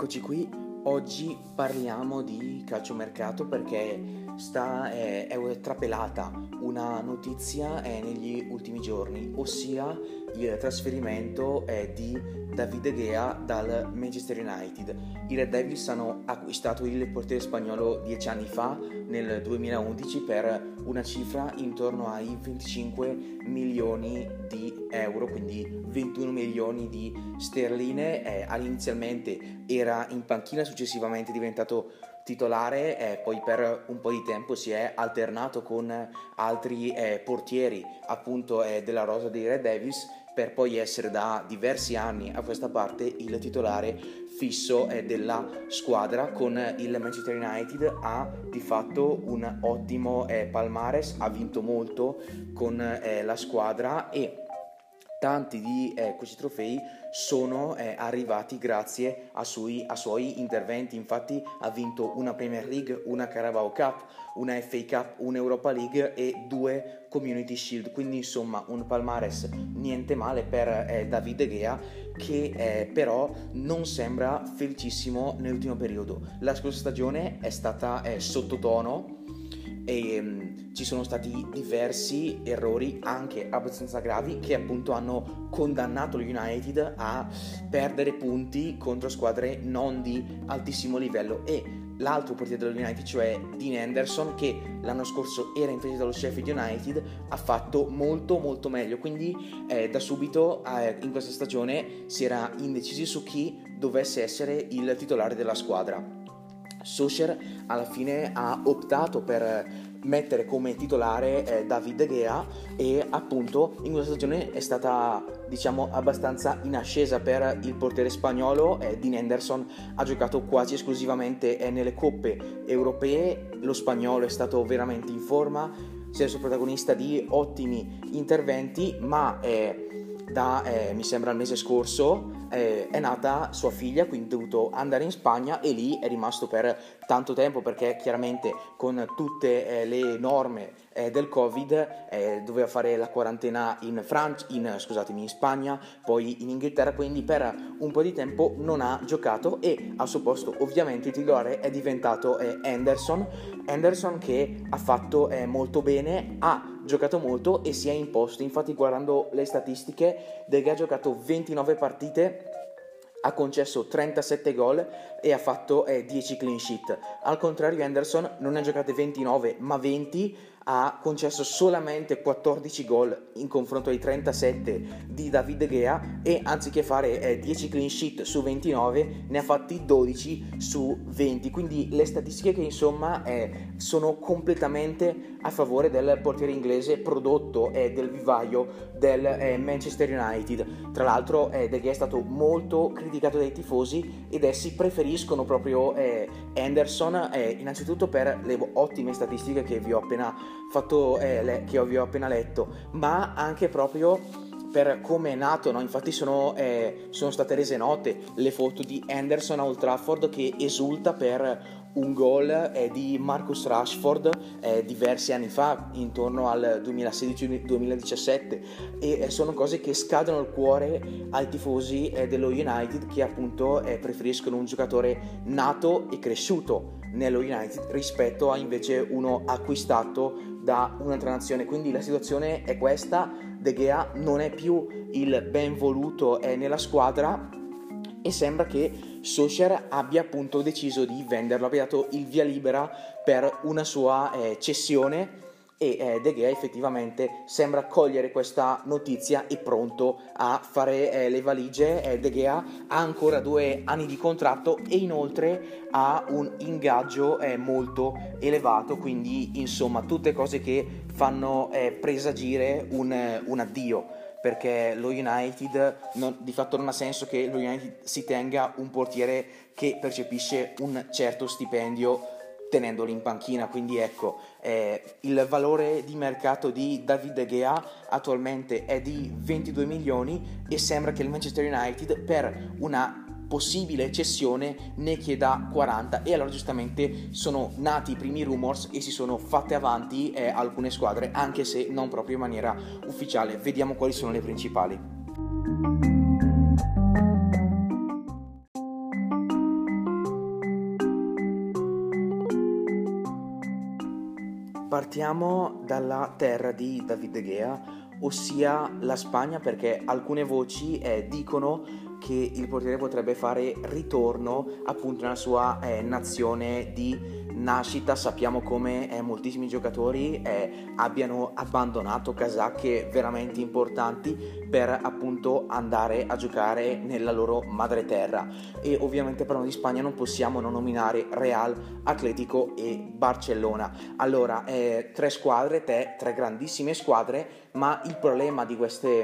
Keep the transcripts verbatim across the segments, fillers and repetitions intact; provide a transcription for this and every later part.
Eccoci qui, oggi parliamo di calciomercato perché sta, è, è trapelata una notizia eh, negli ultimi giorni, ossia il trasferimento eh, di David De Gea dal Manchester United. I Red Devils hanno acquistato il portiere spagnolo dieci anni fa, nel duemilaundici, per una cifra intorno ai venticinque milioni di euro, quindi ventuno milioni di sterline. Eh, inizialmente era in panchina, successivamente è diventato titolare, eh, poi per un po' di tempo si è alternato con altri eh, portieri appunto eh, della rosa dei Red Devils, per poi essere da diversi anni a questa parte il titolare fisso eh, della squadra. Con il Manchester United ha di fatto un ottimo eh, palmares, ha vinto molto con eh, la squadra e tanti di eh, questi trofei sono eh, arrivati grazie a, sui, a suoi interventi. Infatti ha vinto una Premier League, una Carabao Cup, una F A Cup, una Europa League e due Community Shield, quindi insomma un palmares niente male per eh, David De Gea, che eh, però non sembra felicissimo nell'ultimo periodo. La scorsa stagione è stata eh, sottotono e um, ci sono stati diversi errori anche abbastanza gravi che appunto hanno condannato lo United a perdere punti contro squadre non di altissimo livello. E l'altro portiere dello United, cioè Dean Henderson, che l'anno scorso era in prestito dallo Sheffield United, ha fatto molto molto meglio, quindi eh, da subito eh, in questa stagione si era indecisi su chi dovesse essere il titolare della squadra. Solskjaer alla fine ha optato per mettere come titolare eh, David De Gea e appunto in questa stagione è stata, diciamo, abbastanza in ascesa per il portiere spagnolo. eh, Dean Henderson ha giocato quasi esclusivamente eh, nelle coppe europee, lo spagnolo è stato veramente in forma, si è reso protagonista di ottimi interventi, ma eh, da eh, mi sembra il mese scorso eh, è nata sua figlia, quindi è dovuto andare in Spagna e lì è rimasto per tanto tempo, perché chiaramente con tutte eh, le norme eh, del Covid eh, doveva fare la quarantena in Francia, in, scusatemi, in Spagna, poi in Inghilterra, quindi per un po' di tempo non ha giocato e al suo posto ovviamente il titolare è diventato eh, Henderson Henderson che ha fatto eh, molto bene, ha giocato molto e si è imposto. Infatti, guardando le statistiche, De Gea ha giocato ventinove partite, ha concesso trentasette gol e ha fatto eh, dieci clean sheet. Al contrario, Henderson non ne ha giocate ventinove ma venti, ha concesso solamente quattordici gol in confronto ai trentasette di David De Gea e anziché fare eh, dieci clean sheet su ventinove ne ha fatti dodici su venti. Quindi le statistiche che insomma eh, sono completamente a favore del portiere inglese prodotto eh, del vivaio del eh, Manchester United. Tra l'altro eh, De Gea è stato molto criticato dai tifosi ed essi preferiscono proprio eh, Henderson eh, innanzitutto per le ottime statistiche che vi ho appena fatto eh, le, che vi ho appena letto, ma anche proprio per come è nato, no? Infatti sono, eh, sono state rese note le foto di Henderson a Old Trafford che esulta per un gol eh, di Marcus Rashford eh, diversi anni fa, intorno al duemilasedici duemiladiciassette, e eh, sono cose che scadono il cuore ai tifosi eh, dello United, che appunto eh, preferiscono un giocatore nato e cresciuto nello United rispetto a invece uno acquistato da un'altra nazione. Quindi la situazione è questa: De Gea non è più il ben voluto eh, nella squadra e sembra che Solskjaer abbia appunto deciso di venderlo, abbia dato il via libera per una sua eh, cessione e eh, De Gea effettivamente sembra cogliere questa notizia e pronto a fare eh, le valigie. eh, De Gea ha ancora due anni di contratto e inoltre ha un ingaggio eh, molto elevato, quindi insomma tutte cose che fanno eh, presagire un, un addio, perché lo United non, di fatto non ha senso che lo United si tenga un portiere che percepisce un certo stipendio tenendolo in panchina. Quindi ecco, eh, il valore di mercato di David De Gea attualmente è di ventidue milioni e sembra che il Manchester United per una possibile cessione ne chieda quaranta, e allora giustamente sono nati i primi rumors e si sono fatte avanti eh, alcune squadre, anche se non proprio in maniera ufficiale. Vediamo quali sono le principali. partiamo dalla terra di David De Gea, ossia la Spagna, perché alcune voci eh, dicono che il portiere potrebbe fare ritorno appunto nella sua eh, nazione di nascita. Sappiamo come eh, moltissimi giocatori eh, abbiano abbandonato casacche veramente importanti per appunto andare a giocare nella loro madre terra, e ovviamente parlando di Spagna non possiamo non nominare Real, Atletico e Barcellona. Allora, eh, tre squadre, te, tre grandissime squadre, ma il problema di queste,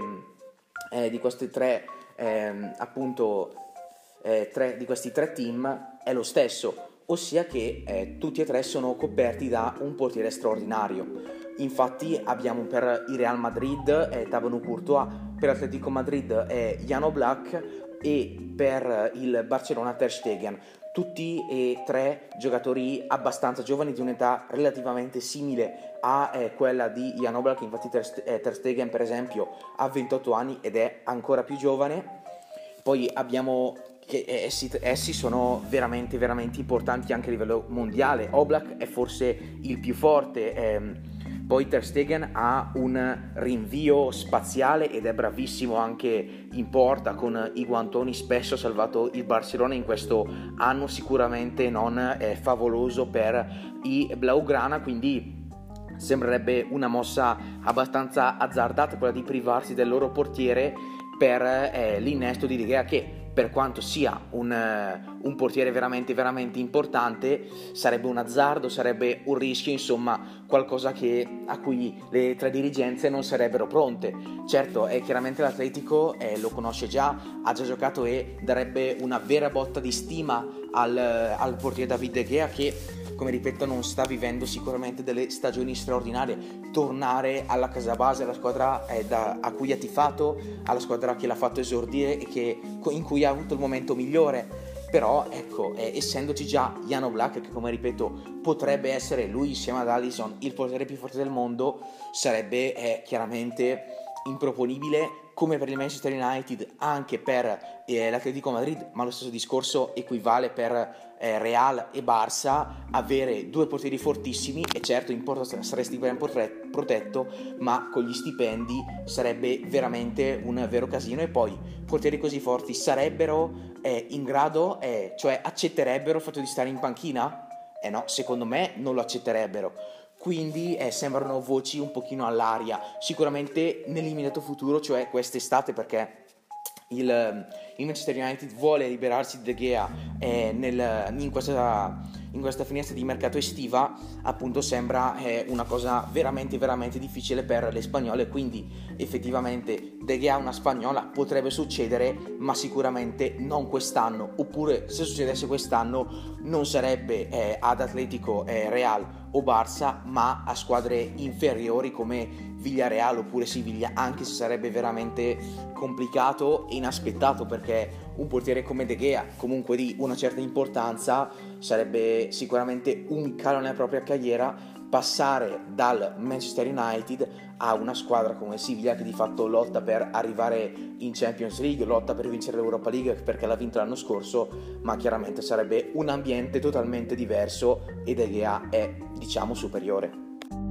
eh, di queste tre Eh, appunto eh, tre, di questi tre team è lo stesso, ossia che eh, tutti e tre sono coperti da un portiere straordinario. Infatti abbiamo per il Real Madrid eh, Thibaut Courtois, per l'Atletico Madrid eh, Jan Oblak e per il Barcellona Ter Stegen. Tutti e tre giocatori abbastanza giovani, di un'età relativamente simile a eh, quella di Jan Oblak. Infatti Ter, eh, Ter Stegen per esempio ha ventotto anni ed è ancora più giovane. Poi abbiamo che essi, essi sono veramente veramente importanti anche a livello mondiale. Oblak è forse il più forte, ehm, poi Ter Stegen ha un rinvio spaziale ed è bravissimo anche in porta, con i guantoni spesso ha salvato il Barcellona in questo anno sicuramente non eh, favoloso per i Blaugrana, quindi sembrerebbe una mossa abbastanza azzardata quella di privarsi del loro portiere per eh, l'innesto di De Gea, che per quanto sia un, uh, un portiere veramente veramente importante sarebbe un azzardo, sarebbe un rischio, insomma qualcosa che, a cui le tre dirigenze non sarebbero pronte. Certo, è chiaramente l'Atletico eh, lo conosce già, ha già giocato e darebbe una vera botta di stima al, al portiere David De Gea, che come ripeto non sta vivendo sicuramente delle stagioni straordinarie. Tornare alla casa base, alla squadra eh, da, a cui ha tifato, alla squadra che l'ha fatto esordire e che, in cui ha avuto il momento migliore. Però ecco, eh, essendoci già Jan Oblak, che come ripeto potrebbe essere lui insieme ad Alisson il portiere più forte del mondo, sarebbe eh, chiaramente improponibile, come per il Manchester United anche per eh, l'Atletico Madrid, ma lo stesso discorso equivale per eh, Real e Barça, avere due portieri fortissimi. E certo in porta saresti ben protetto, ma con gli stipendi sarebbe veramente un vero casino. E poi portieri così forti sarebbero eh, in grado, eh, cioè accetterebbero il fatto di stare in panchina? Eh no, secondo me non lo accetterebbero. Quindi eh, sembrano voci un pochino all'aria, sicuramente nell'immediato futuro, cioè quest'estate, perché il, il Manchester United vuole liberarsi di De Gea eh, nel, in, questa, in questa finestra di mercato estiva. Appunto sembra eh, una cosa veramente veramente difficile per le spagnole, quindi effettivamente De Gea una spagnola potrebbe succedere, ma sicuramente non quest'anno, oppure se succedesse quest'anno non sarebbe eh, ad Atletico, eh, Real o Barça, ma a squadre inferiori come Villarreal oppure Siviglia, anche se sarebbe veramente complicato e inaspettato, perché un portiere come De Gea, comunque di una certa importanza, sarebbe sicuramente un calo nella propria carriera. Passare dal Manchester United a una squadra come Siviglia, che di fatto lotta per arrivare in Champions League, lotta per vincere l'Europa League perché l'ha vinta l'anno scorso, ma chiaramente sarebbe un ambiente totalmente diverso e De Gea è, diciamo, superiore.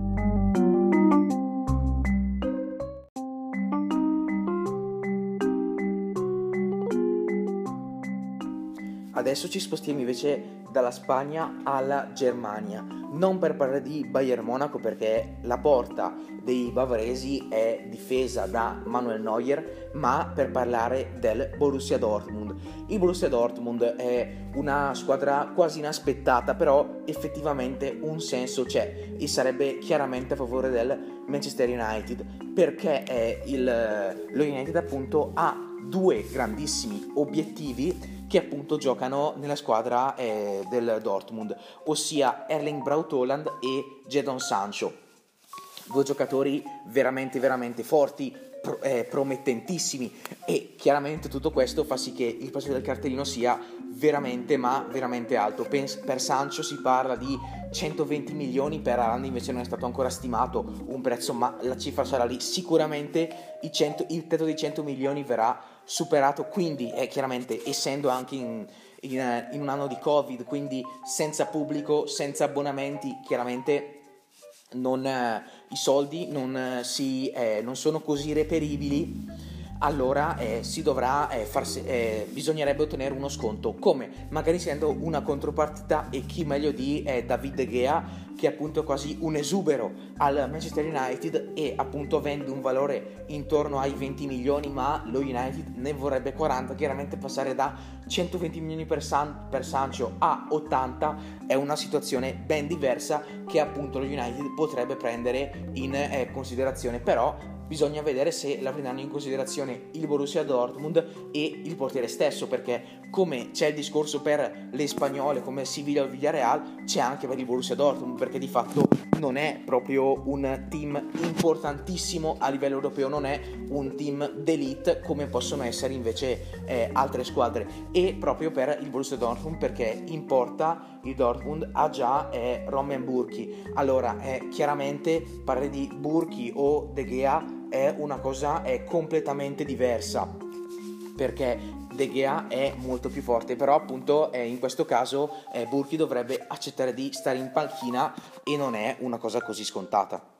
Adesso ci spostiamo invece dalla Spagna alla Germania, non per parlare di Bayern Monaco, perché la porta dei bavaresi è difesa da Manuel Neuer, ma per parlare del Borussia Dortmund. Il Borussia Dortmund è una squadra quasi inaspettata, però effettivamente un senso c'è e sarebbe chiaramente a favore del Manchester United, perché è il, lo United appunto ha due grandissimi obiettivi che appunto giocano nella squadra eh, del Dortmund, ossia Erling Braut Haaland e Jadon Sancho, due giocatori veramente veramente forti, pro, eh, promettentissimi, e chiaramente tutto questo fa sì che il prezzo del cartellino sia veramente ma veramente alto. Pens- per Sancho si parla di centoventi milioni, per Haaland invece non è stato ancora stimato un prezzo, ma la cifra sarà lì. Sicuramente i cento, il tetto dei cento milioni verrà superato, quindi eh, chiaramente essendo anche in, in, in un anno di Covid, quindi senza pubblico, senza abbonamenti, chiaramente non, eh, i soldi non, eh, si, eh, non sono così reperibili, allora eh, si dovrà eh, farsi, eh, bisognerebbe ottenere uno sconto, come magari essendo una contropartita, e chi meglio di eh, David De Gea, che appunto è quasi un esubero al Manchester United e appunto vende un valore intorno ai venti milioni, ma lo United ne vorrebbe quaranta. Chiaramente passare da centoventi milioni per, San, per Sancho a ottanta è una situazione ben diversa che appunto lo United potrebbe prendere in eh, considerazione, però bisogna vedere se la prenderanno in considerazione il Borussia Dortmund e il portiere stesso, perché come c'è il discorso per le spagnole come Siviglia o Villarreal, c'è anche per il Borussia Dortmund, perché di fatto non è proprio un team importantissimo a livello europeo, non è un team d'elite come possono essere invece eh, altre squadre. E proprio per il Borussia Dortmund, perché in porta il Dortmund ha già eh, Roman Burki. Allora eh, chiaramente parlare di Burki o De Gea è una cosa è completamente diversa, perché De Gea è molto più forte, però appunto eh, in questo caso eh, Burki dovrebbe accettare di stare in panchina e non è una cosa così scontata.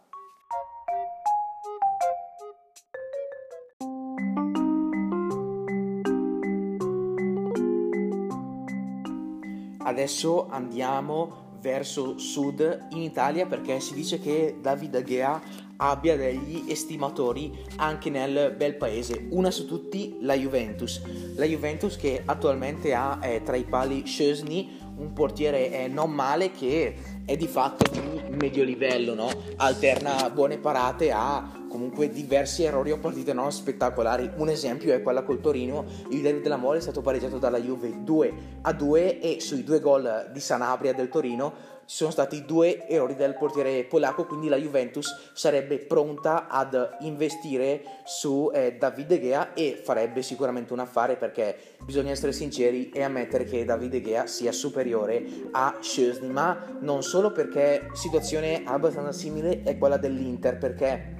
Adesso andiamo verso sud in Italia, perché si dice che David De Gea abbia degli estimatori anche nel bel paese, una su tutti la Juventus. La Juventus che attualmente ha eh, tra i pali Szczęsny, un portiere eh, non male, che è di fatto di medio livello, no? Alterna buone parate a comunque diversi errori o partite non spettacolari. Un esempio è quella col Torino. Il derby della Mole è stato pareggiato dalla Juve due a due e sui due gol di Sanabria del Torino ci sono stati due errori del portiere polacco, quindi la Juventus sarebbe pronta ad investire su eh, David De Gea e farebbe sicuramente un affare, perché bisogna essere sinceri e ammettere che David De Gea sia superiore a Szczęsny, ma non solo, perché situazione abbastanza simile è quella dell'Inter, perché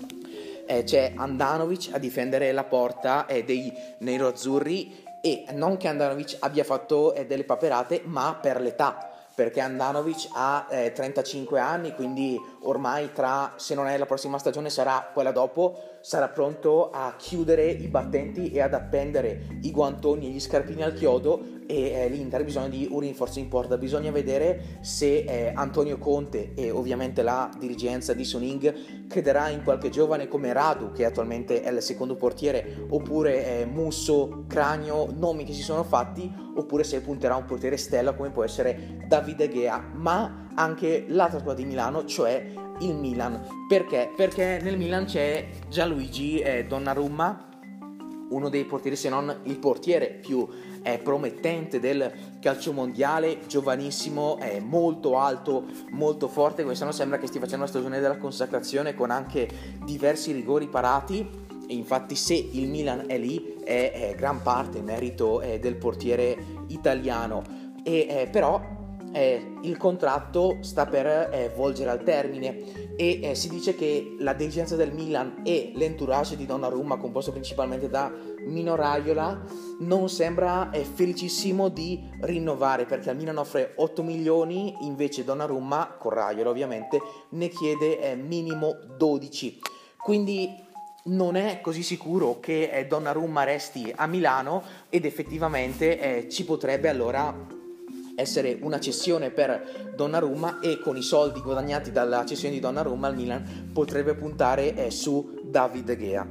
eh, c'è Handanovic a difendere la porta eh, dei neroazzurri, e non che Handanovic abbia fatto eh, delle paperate, ma per l'età, perché Handanovic ha eh, trentacinque anni, quindi ormai tra, se non è la prossima stagione sarà quella dopo, sarà pronto a chiudere i battenti e ad appendere i guantoni e gli scarpini al chiodo, e eh, l'Inter ha bisogno di un rinforzo in porta. Bisogna vedere se eh, Antonio Conte e ovviamente la dirigenza di Suning crederà in qualche giovane come Radu, che attualmente è il secondo portiere, oppure eh, Musso, Cragno, nomi che si sono fatti, oppure se punterà a un portiere stella come può essere David De Gea. Ma anche l'altra squadra di Milano, cioè il Milan. Perché? Perché nel Milan c'è Gianluigi eh, Donnarumma, uno dei portieri, se non il portiere più eh, promettente del calcio mondiale, giovanissimo, è molto alto, molto forte. Quest'anno sembra che stia facendo la stagione della consacrazione con anche diversi rigori parati, e infatti se il Milan è lì è, è gran parte merito eh, del portiere italiano. E eh, però Eh, il contratto sta per eh, volgere al termine, e eh, si dice che la dirigenza del Milan e l'entourage di Donnarumma, composto principalmente da Mino Raiola, non sembra eh, felicissimo di rinnovare, perché al Milan offre otto milioni, invece Donnarumma, con Raiola ovviamente, ne chiede eh, minimo dodici. Quindi non è così sicuro che eh, Donnarumma resti a Milano, ed effettivamente eh, ci potrebbe allora essere una cessione per Donnarumma, e con i soldi guadagnati dalla cessione di Donnarumma il Milan potrebbe puntare eh, su David De Gea.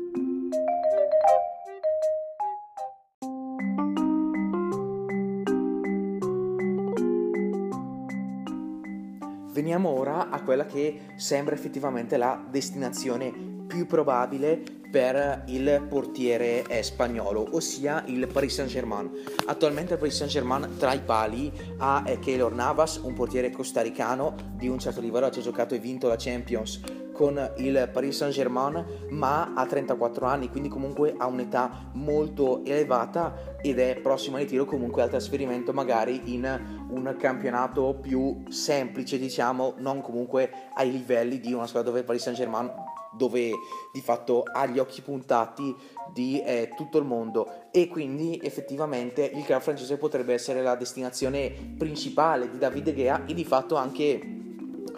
Veniamo ora a quella che sembra effettivamente la destinazione più probabile per il portiere eh, spagnolo, ossia il Paris Saint-Germain. Attualmente il Paris Saint-Germain tra i pali ha eh, Keylor Navas, un portiere costaricano di un certo livello, ha già giocato e vinto la Champions con il Paris Saint-Germain, ma ha trentaquattro anni, quindi comunque ha un'età molto elevata ed è prossimo al ritiro, comunque al trasferimento magari in un campionato più semplice, diciamo, non comunque ai livelli di una squadra dove il Paris Saint-Germain, dove di fatto ha gli occhi puntati di eh, tutto il mondo, e quindi effettivamente il club francese potrebbe essere la destinazione principale di David De Gea, e di fatto anche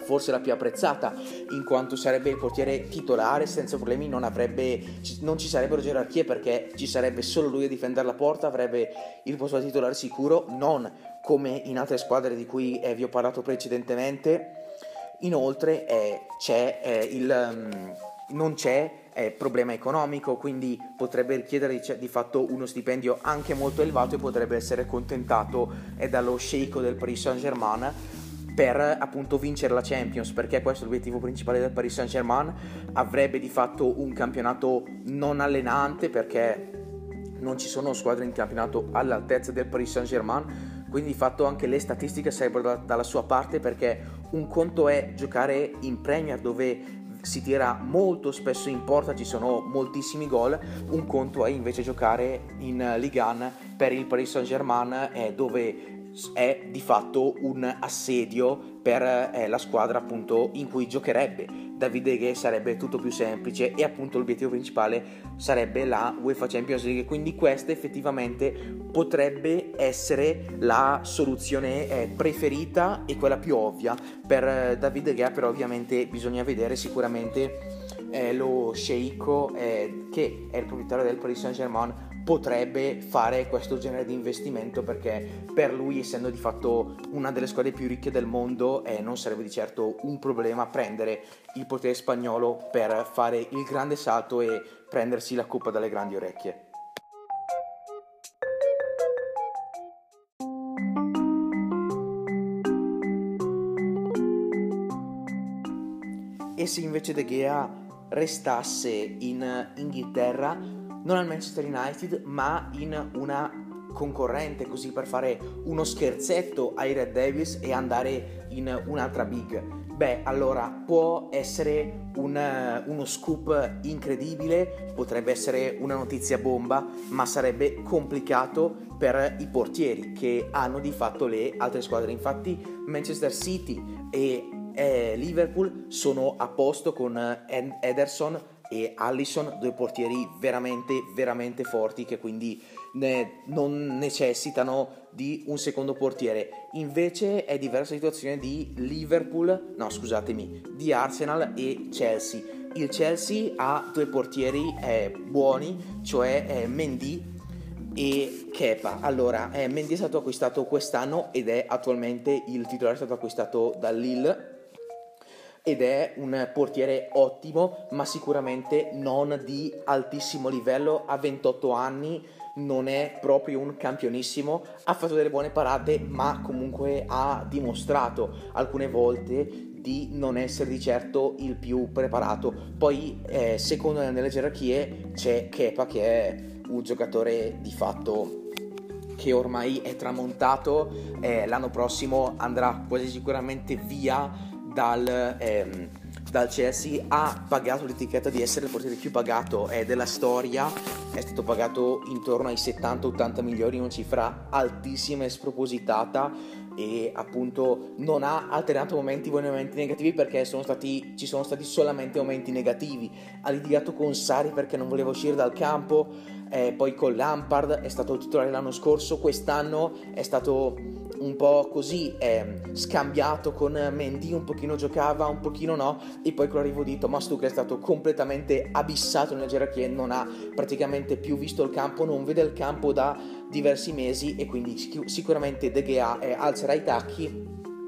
forse la più apprezzata, in quanto sarebbe il portiere titolare senza problemi, non avrebbe non ci sarebbero gerarchie perché ci sarebbe solo lui a difendere la porta, avrebbe il posto da titolare sicuro, non come in altre squadre di cui eh, vi ho parlato precedentemente. Inoltre eh, c'è eh, il um, non c'è eh, problema economico, quindi potrebbe richiedere di, di fatto uno stipendio anche molto elevato e potrebbe essere contentato eh, dallo sceicco del Paris Saint-Germain per appunto vincere la Champions, perché questo è l'obiettivo principale del Paris Saint-Germain. Avrebbe di fatto un campionato non allenante perché non ci sono squadre in campionato all'altezza del Paris Saint-Germain, quindi di fatto anche le statistiche sarebbero da, dalla sua parte, perché un conto è giocare in Premier dove si tira molto spesso in porta, ci sono moltissimi gol, un conto è invece giocare in Ligue uno per il Paris Saint-Germain eh, dove è di fatto un assedio per eh, la squadra appunto in cui giocherebbe David De Gea. Sarebbe tutto più semplice e appunto l'obiettivo principale sarebbe la UEFA Champions League, quindi questa effettivamente potrebbe essere la soluzione eh, preferita e quella più ovvia per eh, David De Gea, però ovviamente bisogna vedere sicuramente eh, lo sceicco eh, che è il proprietario del Paris Saint-Germain potrebbe fare questo genere di investimento, perché per lui, essendo di fatto una delle squadre più ricche del mondo, eh, non sarebbe di certo un problema prendere il potere spagnolo per fare il grande salto e prendersi la coppa dalle grandi orecchie. E se invece De Gea restasse in Inghilterra, non al Manchester United ma in una concorrente, così per fare uno scherzetto ai Red Devils e andare in un'altra big, beh allora può essere un, uno scoop incredibile, potrebbe essere una notizia bomba, ma sarebbe complicato per i portieri che hanno di fatto le altre squadre. Infatti Manchester City e eh, Liverpool sono a posto con Ed- Ederson e Alisson, due portieri veramente veramente forti che quindi ne, non necessitano di un secondo portiere. Invece è diversa situazione di Liverpool, no scusatemi, di Arsenal e Chelsea. Il Chelsea ha due portieri eh, buoni, cioè eh, Mendy e Kepa. Allora, eh, Mendy è stato acquistato quest'anno ed è attualmente il titolare, è stato acquistato dal Lille ed è un portiere ottimo, ma sicuramente non di altissimo livello. A ventotto anni non è proprio un campionissimo, ha fatto delle buone parate, ma comunque ha dimostrato alcune volte di non essere di certo il più preparato. Poi eh, secondo nelle gerarchie c'è Kepa, che è un giocatore di fatto che ormai è tramontato, eh, l'anno prossimo andrà quasi sicuramente via dal, ehm, dal Chelsea. Ha pagato l'etichetta di essere il portiere più pagato eh, della storia, è stato pagato intorno ai settanta ottanta milioni, una cifra altissima e spropositata, e appunto non ha alternato momenti buoni e momenti negativi, perché sono stati, ci sono stati solamente momenti negativi. Ha litigato con Sarri perché non voleva uscire dal campo, eh, poi con Lampard, è stato titolare l'anno scorso, quest'anno è stato un po' così eh, scambiato con Mendy, un pochino giocava, un pochino no, e poi con l'arrivo di Thomas Tuchel è stato completamente abissato nelle gerarchie, non ha praticamente più visto il campo, non vede il campo da diversi mesi, e quindi sic- sicuramente De Gea eh, alzerà i tacchi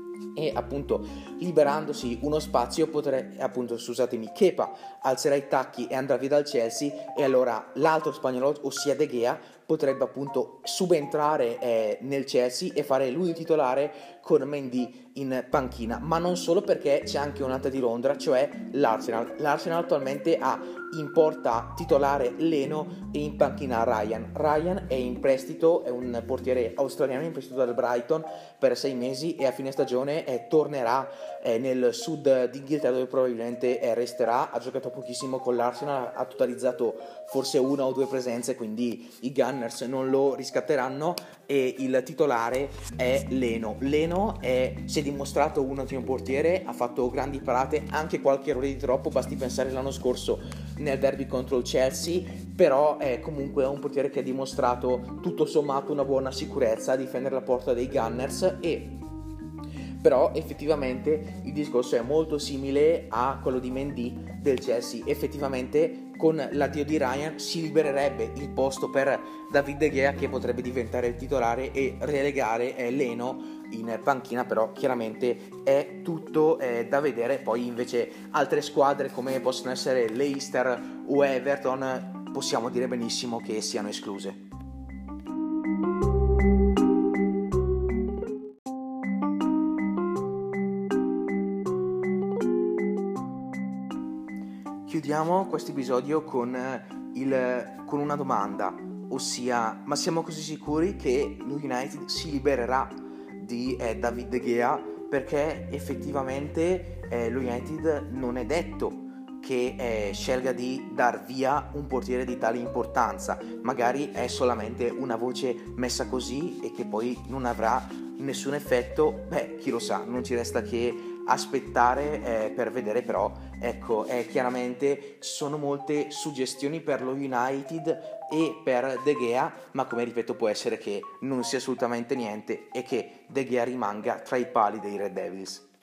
e appunto liberandosi uno spazio potrebbe, appunto scusatemi, Kepa alzerà i tacchi e andrà via dal Chelsea, e allora l'altro spagnolo, ossia De Gea, potrebbe appunto subentrare eh, nel Chelsea e fare lui il titolare con Mendy in panchina. Ma non solo, perché c'è anche un'altra di Londra, cioè l'Arsenal. L'Arsenal attualmente ha in porta titolare Leno e in panchina Ryan. Ryan è in prestito, è un portiere australiano in prestito dal Brighton per sei mesi, e a fine stagione eh, tornerà eh, nel sud d'Inghilterra, dove probabilmente eh, resterà. Ha giocato pochissimo con l'Arsenal, ha totalizzato forse una o due presenze, quindi i Gunners non lo riscatteranno, e il titolare è Leno. Leno è, si è dimostrato un ottimo portiere, ha fatto grandi parate, anche qualche errore di troppo, basti pensare l'anno scorso nel derby contro il Chelsea, però è comunque un portiere che ha dimostrato tutto sommato una buona sicurezza a difendere la porta dei Gunners, e Però effettivamente il discorso è molto simile a quello di Mendy del Chelsea. Effettivamente con l'addio di Ryan si libererebbe il posto per David De Gea, che potrebbe diventare il titolare e relegare eh, Leno in panchina. Però chiaramente è tutto eh, da vedere. Poi invece altre squadre come possono essere Leicester o Everton possiamo dire benissimo che siano escluse. Chiudiamo questo episodio con, il, con una domanda, ossia: ma siamo così sicuri che lo United si libererà di eh, David De Gea? Perché effettivamente eh, lo United non è detto che eh, scelga di dar via un portiere di tale importanza. Magari è solamente una voce messa così e che poi non avrà nessun effetto. Beh, chi lo sa, non ci resta che aspettare eh, per vedere. Però ecco, eh, chiaramente ci sono molte suggestioni per lo United e per De Gea, ma come ripeto può essere che non sia assolutamente niente e che De Gea rimanga tra i pali dei Red Devils.